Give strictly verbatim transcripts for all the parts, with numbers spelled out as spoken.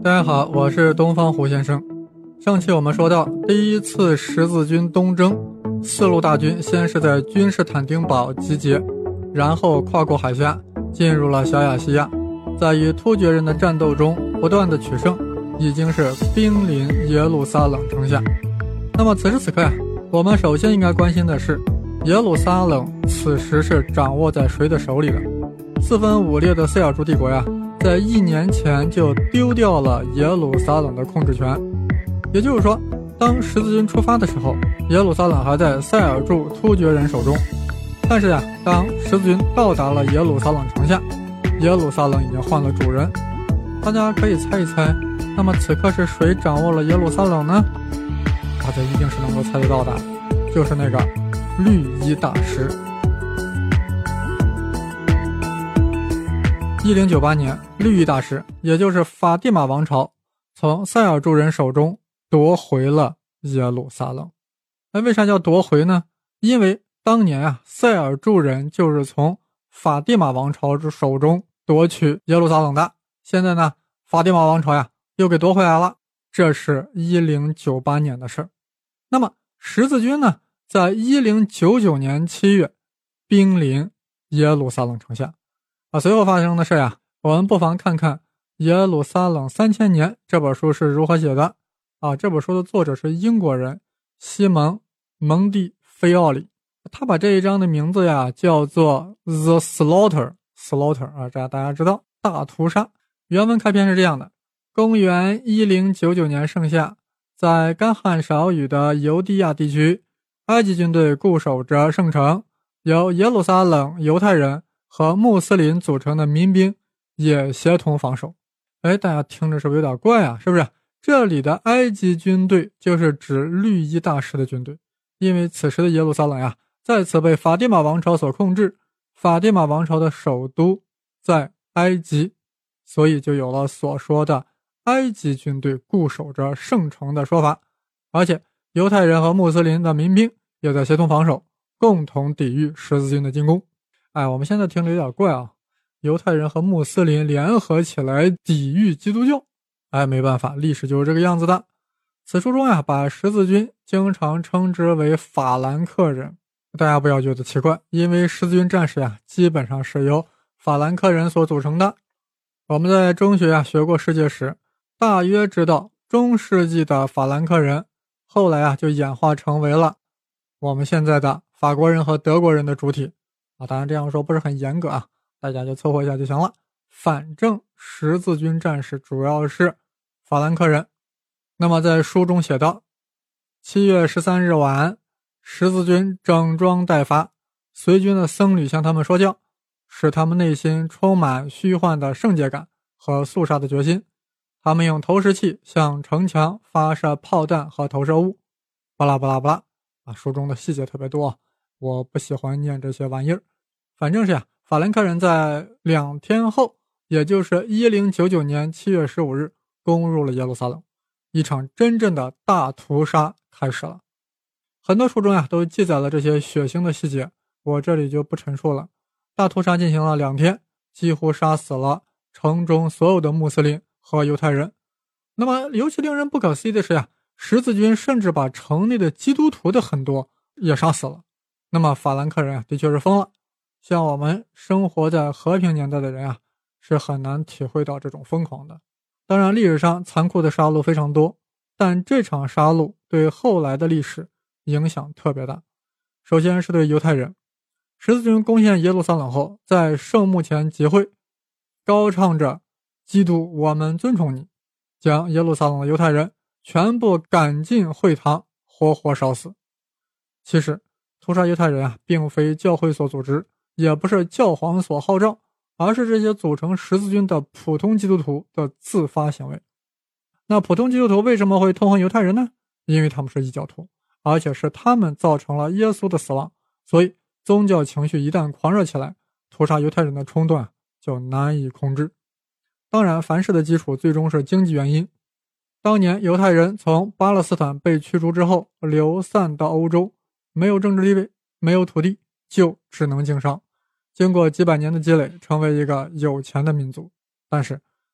大家好，我是东方胡先生。上期我们说到，第一次十字军东征，四路大军先是在君士坦丁堡集结，然后跨过海峡，进入了小亚细亚，在与突厥人的战斗中不断的取胜，已经是兵临耶路撒冷城下。那么此时此刻呀、啊，我们首先应该关心的是，耶路撒冷此时是掌握在谁的手里的？四分五裂的塞尔柱帝国呀、啊，在一年前就丢掉了耶路撒冷的控制权。也就是说，当十字军出发的时候，耶路撒冷还在塞尔柱突厥人手中。但是呀，当十字军到达了耶路撒冷城下，耶路撒冷已经换了主人。大家可以猜一猜，那么此刻是谁掌握了耶路撒冷呢？大家一定是能够猜得到的，就是那个绿衣大师。一零九八年，绿衣大师，也就是法蒂玛王朝，从塞尔柱人手中夺回了耶路撒冷。那为啥叫夺回呢？因为当年啊，塞尔柱人就是从法蒂玛王朝手中夺取耶路撒冷的。现在呢，法蒂玛王朝呀又给夺回来了。这是一零九八年的事儿。那么十字军呢，在一零九九年七月兵临耶路撒冷城下。啊，随后发生的事呀，我们不妨看看《耶路撒冷三千年》这本书是如何写的。啊，这本书的作者是英国人西蒙·蒙蒂菲奥里，他把这一章的名字呀叫做 The Slaughter Slaughter 啊，这大家知道，大屠杀。原文开篇是这样的：公元一零九九年盛夏，在干旱少雨的犹地亚地区，埃及军队固守着圣城，由耶路撒冷犹太人和穆斯林组成的民兵也协同防守。哎，大家听着是不是有点怪啊？是不是？这里的埃及军队就是指绿衣大师的军队，因为此时的耶路撒冷呀，在此被法蒂玛王朝所控制，法蒂玛王朝的首都在埃及，所以就有了所说的埃及军队固守着圣城的说法。而且犹太人和穆斯林的民兵也在协同防守，共同抵御十字军的进攻。哎，我们现在听着有点怪啊，犹太人和穆斯林联合起来抵御基督教。哎，没办法，历史就是这个样子的。此书中呀，把十字军经常称之为法兰克人。大家不要觉得奇怪，因为十字军战士呀，基本上是由法兰克人所组成的。我们在中学呀学过世界史，大约知道中世纪的法兰克人后来啊就演化成为了我们现在的法国人和德国人的主体啊。当然这样说不是很严格啊，大家就凑合一下就行了。反正十字军战士主要是法兰克人。那么在书中写道，七月十三日晚，十字军整装待发，随军的僧侣向他们说教，使他们内心充满虚幻的圣洁感和肃杀的决心。他们用投石器向城墙发射炮弹和投射物，巴拉巴拉巴拉啊，书中的细节特别多，我不喜欢念这些玩意儿。反正是呀，法兰克人在两天后，也就是一零九九年七月十五日攻入了耶路撒冷，一场真正的大屠杀开始了。很多书中呀都记载了这些血腥的细节，我这里就不陈述了。大屠杀进行了两天，几乎杀死了城中所有的穆斯林和犹太人。那么尤其令人不可思议的是呀，十字军甚至把城内的基督徒的很多也杀死了。那么法兰克人啊的确是疯了，像我们生活在和平年代的人啊是很难体会到这种疯狂的。当然历史上残酷的杀戮非常多，但这场杀戮对后来的历史影响特别大。首先是对犹太人，十字军攻陷耶路撒冷后，在圣墓前集会，高唱着基督我们尊崇你，将耶路撒冷的犹太人全部赶进会堂，活活烧死。其实屠杀犹太人啊，并非教会所组织，也不是教皇所号召，而是这些组成十字军的普通基督徒的自发行为。那普通基督徒为什么会痛恨犹太人呢？因为他们是异教徒，而且是他们造成了耶稣的死亡，所以宗教情绪一旦狂热起来，屠杀犹太人的冲动啊就难以控制。当然凡事的基础最终是经济原因。当年犹太人从巴勒斯坦被驱逐之后，流散到欧洲，没有政治地位，没有土地，就只能经商，经过几百年的积累，成为一个有钱的民族。但是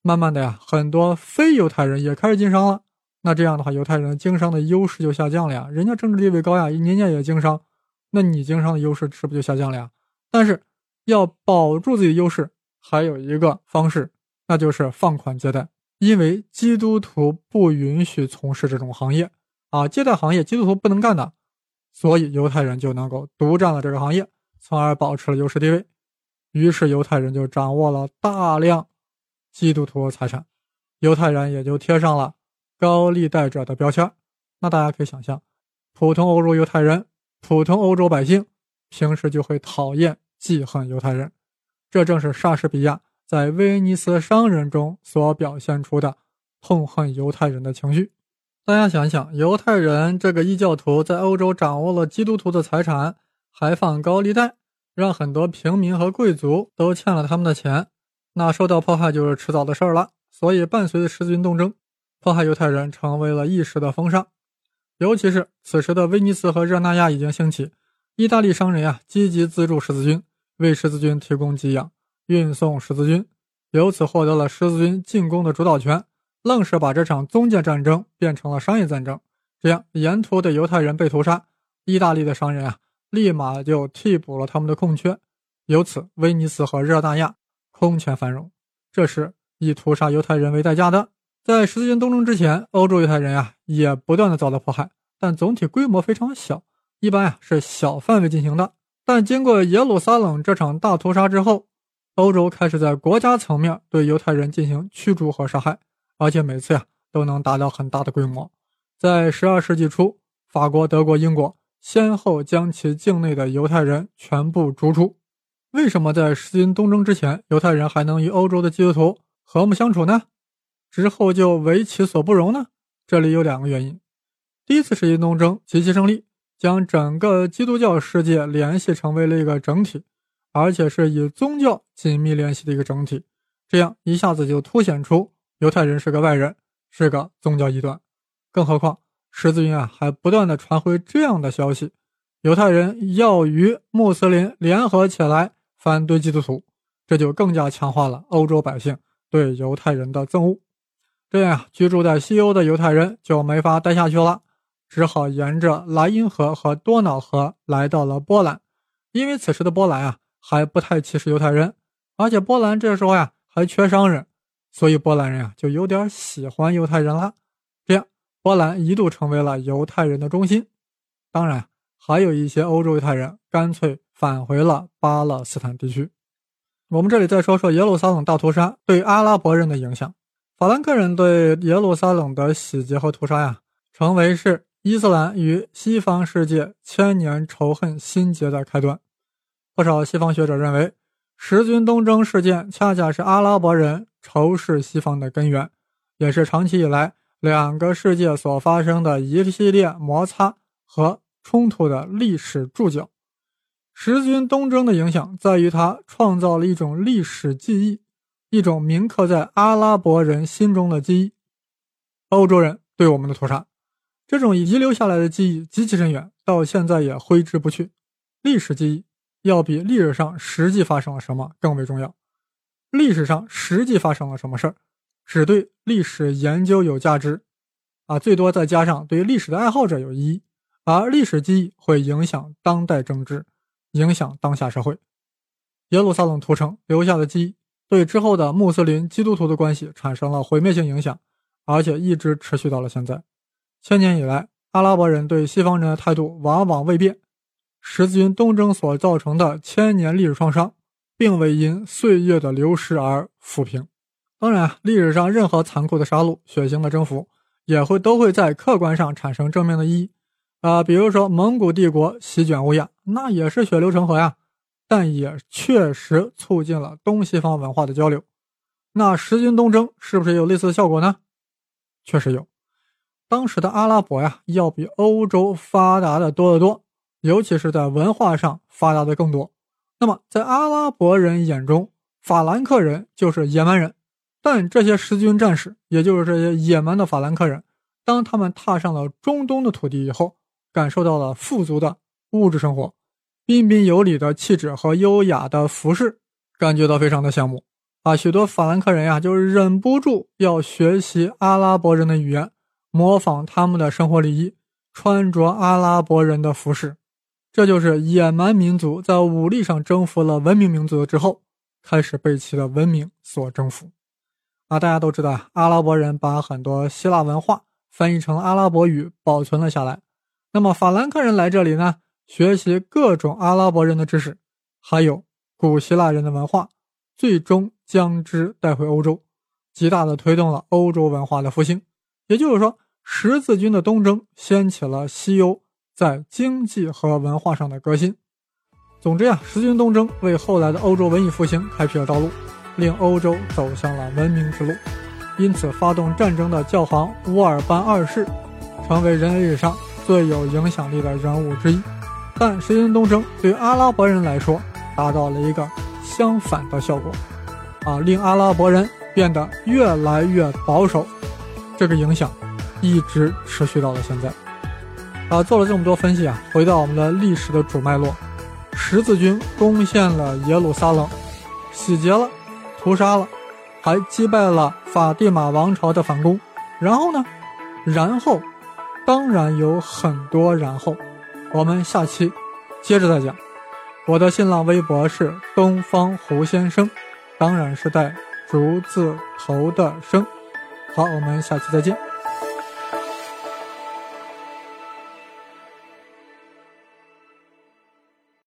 慢慢的呀，很多非犹太人也开始经商了。那这样的话，犹太人经商的优势就下降了呀，人家政治地位高呀，人家也经商，那你经商的优势是不是就下降了呀？但是要保住自己的优势，还有一个方式，那就是放宽接待。因为基督徒不允许从事这种行业啊，接待行业基督徒不能干的，所以犹太人就能够独占了这个行业，从而保持了优势地位。于是犹太人就掌握了大量基督徒财产，犹太人也就贴上了高利贷者的标签。那大家可以想象，普通欧洲犹太人，普通欧洲百姓平时就会讨厌记恨犹太人，这正是莎士比亚在威尼斯商人中所表现出的痛恨犹太人的情绪。大家想想，犹太人这个异教徒在欧洲掌握了基督徒的财产，还放高利贷，让很多平民和贵族都欠了他们的钱，那受到迫害就是迟早的事儿了。所以伴随着十字军东征，迫害犹太人成为了一时的风尚。尤其是此时的威尼斯和热那亚已经兴起，意大利商人呀积极资助十字军，为十字军提供给养，运送十字军，由此获得了十字军进攻的主导权，愣是把这场宗教战争变成了商业战争。这样沿途的犹太人被屠杀，意大利的商人啊立马就替补了他们的空缺，由此威尼斯和热那亚空前繁荣，这是以屠杀犹太人为代价的。在十字军东征之前，欧洲犹太人啊也不断的遭到迫害，但总体规模非常小，一般啊是小范围进行的。但经过耶路撒冷这场大屠杀之后，欧洲开始在国家层面对犹太人进行驱逐和杀害，而且每次呀都能达到很大的规模。在十二世纪初，法国、德国、英国先后将其境内的犹太人全部逐出。为什么在十字军东征之前，犹太人还能与欧洲的基督徒和睦相处呢？之后就为其所不容呢？这里有两个原因。第一次世界东征极其胜利，将整个基督教世界联系成为了一个整体，而且是以宗教紧密联系的一个整体，这样一下子就凸显出犹太人是个外人，是个宗教异端。更何况十字军啊还不断的传回这样的消息，犹太人要与穆斯林联合起来反对基督徒，这就更加强化了欧洲百姓对犹太人的憎恶。这样居住在西欧的犹太人就没法待下去了，只好沿着莱茵河和多瑙河来到了波兰。因为此时的波兰啊还不太歧视犹太人，而且波兰这时候呀还缺商人，所以波兰人啊就有点喜欢犹太人了。这样波兰一度成为了犹太人的中心。当然还有一些欧洲犹太人干脆返回了巴勒斯坦地区。我们这里再说说耶路撒冷大屠杀对阿拉伯人的影响。法兰克人对耶路撒冷的洗劫和屠杀呀，成为是伊斯兰与西方世界千年仇恨心结的开端。不少西方学者认为，十字军东征事件恰恰是阿拉伯人仇视西方的根源，也是长期以来两个世界所发生的一系列摩擦和冲突的历史注脚。十字军东征的影响在于它创造了一种历史记忆，一种铭刻在阿拉伯人心中的记忆。欧洲人对我们的屠杀，这种遗留下来的记忆极其深远，到现在也挥之不去。历史记忆要比历史上实际发生了什么更为重要。历史上实际发生了什么事儿，只对历史研究有价值啊，最多再加上对历史的爱好者有意义，而历史记忆会影响当代政治，影响当下社会。耶路撒冷屠城留下的记忆对之后的穆斯林基督徒的关系产生了毁灭性影响，而且一直持续到了现在。千年以来，阿拉伯人对西方人的态度往往未变，十字军东征所造成的千年历史创伤并未因岁月的流逝而抚平。当然，历史上任何残酷的杀戮、血腥的征服也会都会在客观上产生正面的意义啊、呃，比如说蒙古帝国席卷欧亚，那也是血流成河呀，但也确实促进了东西方文化的交流。那十字军东征是不是有类似的效果呢？确实有。当时的阿拉伯呀，要比欧洲发达的多得多，尤其是在文化上发达的更多。那么在阿拉伯人眼中，法兰克人就是野蛮人，但这些十字军战士，也就是这些野蛮的法兰克人，当他们踏上了中东的土地以后，感受到了富足的物质生活，彬彬有礼的气质和优雅的服饰，感觉到非常的羡慕。 啊，许多法兰克人呀，就忍不住要学习阿拉伯人的语言，模仿他们的生活礼仪，穿着阿拉伯人的服饰。这就是野蛮民族在武力上征服了文明民族之后，开始被其的文明所征服。啊，大家都知道，阿拉伯人把很多希腊文化翻译成阿拉伯语保存了下来。那么法兰克人来这里呢，学习各种阿拉伯人的知识，还有古希腊人的文化，最终将之带回欧洲，极大地推动了欧洲文化的复兴。也就是说，十字军的东征掀起了西欧在经济和文化上的革新。总之呀，十字军东征为后来的欧洲文艺复兴开辟了道路，令欧洲走向了文明之路。因此，发动战争的教皇乌尔班二世成为人类史上最有影响力的人物之一。但十字军东征对阿拉伯人来说达到了一个相反的效果，啊，令阿拉伯人变得越来越保守。这个影响一直持续到了现在。啊，做了这么多分析啊，回到我们的历史的主脉络，十字军攻陷了耶路撒冷，洗劫了，屠杀了，还击败了法蒂玛王朝的反攻。然后呢？然后，当然有很多然后。我们下期接着再讲。我的新浪微博是东方胡先生，当然是带竹字头的生。好，我们下期再见。